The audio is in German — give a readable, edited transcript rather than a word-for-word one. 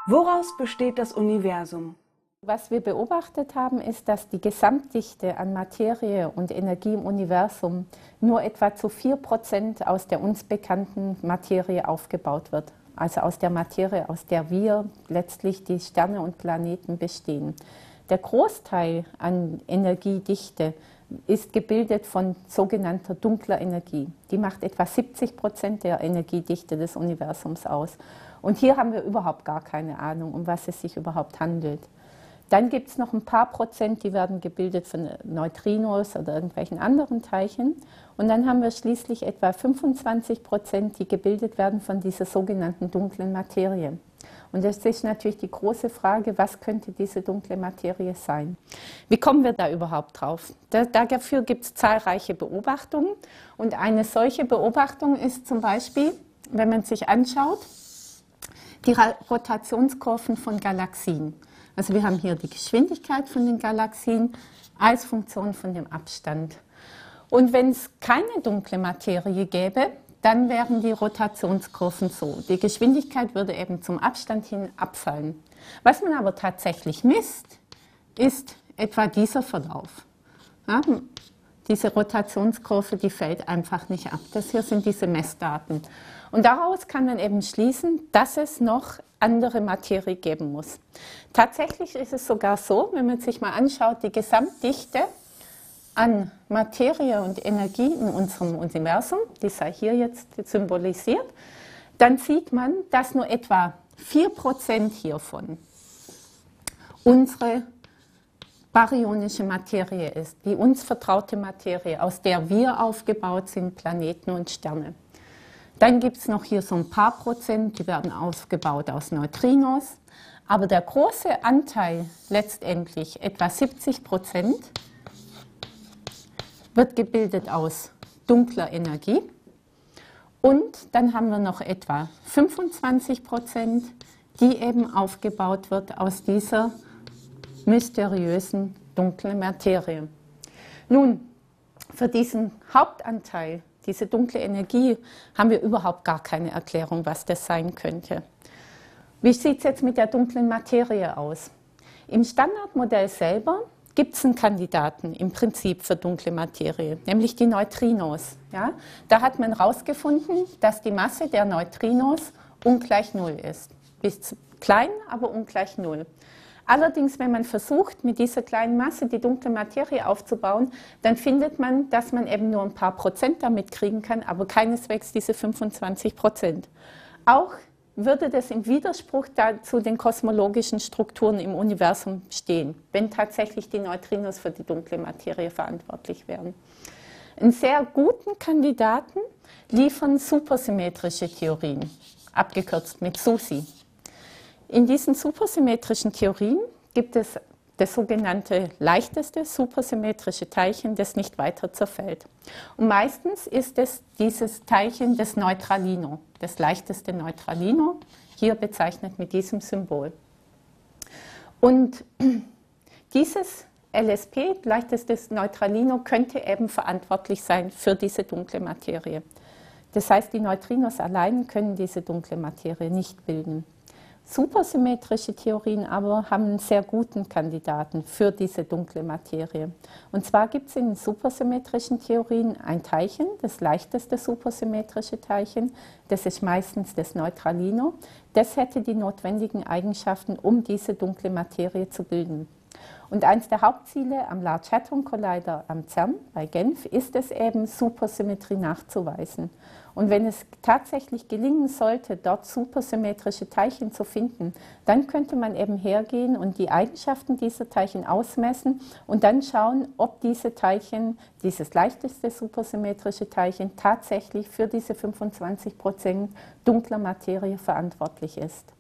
Woraus besteht das Universum? Was wir beobachtet haben, ist, dass die Gesamtdichte an Materie und Energie im Universum nur etwa zu 4% aus der uns bekannten Materie aufgebaut wird. Also aus der Materie, aus der wir letztlich die Sterne und Planeten bestehen. Der Großteil an Energiedichte ist gebildet von sogenannter dunkler Energie. Die macht etwa 70% der Energiedichte des Universums aus. Und hier haben wir überhaupt gar keine Ahnung, um was es sich überhaupt handelt. Dann gibt es noch ein paar Prozent, die werden gebildet von Neutrinos oder irgendwelchen anderen Teilchen. Und dann haben wir schließlich etwa 25%, die gebildet werden von dieser sogenannten dunklen Materie. Und das ist natürlich die große Frage, was könnte diese dunkle Materie sein? Wie kommen wir da überhaupt drauf? Dafür gibt es zahlreiche Beobachtungen. Und eine solche Beobachtung ist zum Beispiel, wenn man sich anschaut, die Rotationskurven von Galaxien. Also wir haben hier die Geschwindigkeit von den Galaxien als Funktion von dem Abstand. Und wenn es keine dunkle Materie gäbe, dann wären die Rotationskurven so. Die Geschwindigkeit würde eben zum Abstand hin abfallen. Was man aber tatsächlich misst, ist etwa dieser Verlauf. Ja, diese Rotationskurve, die fällt einfach nicht ab. Das hier sind diese Messdaten. Und daraus kann man eben schließen, dass es noch andere Materie geben muss. Tatsächlich ist es sogar so, wenn man sich mal anschaut, die Gesamtdichte an Materie und Energie in unserem Universum, die sei hier jetzt symbolisiert, dann sieht man, dass nur etwa 4% hiervon unsere baryonische Materie ist, die uns vertraute Materie, aus der wir aufgebaut sind, Planeten und Sterne. Dann gibt es noch hier so ein paar Prozent, die werden aufgebaut aus Neutrinos. Aber der große Anteil, letztendlich etwa 70%, wird gebildet aus dunkler Energie. Und dann haben wir noch etwa 25%, die eben aufgebaut wird aus dieser mysteriösen dunklen Materie. Nun, für diesen Hauptanteil, diese dunkle Energie, haben wir überhaupt gar keine Erklärung, was das sein könnte. Wie sieht es jetzt mit der dunklen Materie aus? Im Standardmodell selber gibt es einen Kandidaten im Prinzip für dunkle Materie, nämlich die Neutrinos. Ja? Da hat man herausgefunden, dass die Masse der Neutrinos ungleich 0 ist. Bis klein, aber ungleich 0. Allerdings, wenn man versucht, mit dieser kleinen Masse die dunkle Materie aufzubauen, dann findet man, dass man eben nur ein paar Prozent damit kriegen kann, aber keineswegs diese 25%. Auch würde das im Widerspruch zu den kosmologischen Strukturen im Universum stehen, wenn tatsächlich die Neutrinos für die dunkle Materie verantwortlich wären. Einen sehr guten Kandidaten liefern supersymmetrische Theorien, abgekürzt mit SUSY. In diesen supersymmetrischen Theorien gibt es das sogenannte leichteste supersymmetrische Teilchen, das nicht weiter zerfällt. Und meistens ist es dieses Teilchen das Neutralino, das leichteste Neutralino, hier bezeichnet mit diesem Symbol. Und dieses LSP, leichtestes Neutralino, könnte eben verantwortlich sein für diese dunkle Materie. Das heißt, die Neutrinos allein können diese dunkle Materie nicht bilden. Supersymmetrische Theorien aber haben einen sehr guten Kandidaten für diese dunkle Materie. Und zwar gibt es in den supersymmetrischen Theorien ein Teilchen, das leichteste supersymmetrische Teilchen, das ist meistens das Neutralino. Das hätte die notwendigen Eigenschaften, um diese dunkle Materie zu bilden. Und eines der Hauptziele am Large Hadron Collider am CERN bei Genf ist es eben, Supersymmetrie nachzuweisen. Und wenn es tatsächlich gelingen sollte, dort supersymmetrische Teilchen zu finden, dann könnte man eben hergehen und die Eigenschaften dieser Teilchen ausmessen und dann schauen, ob diese Teilchen, dieses leichteste supersymmetrische Teilchen, tatsächlich für diese 25% dunkler Materie verantwortlich ist.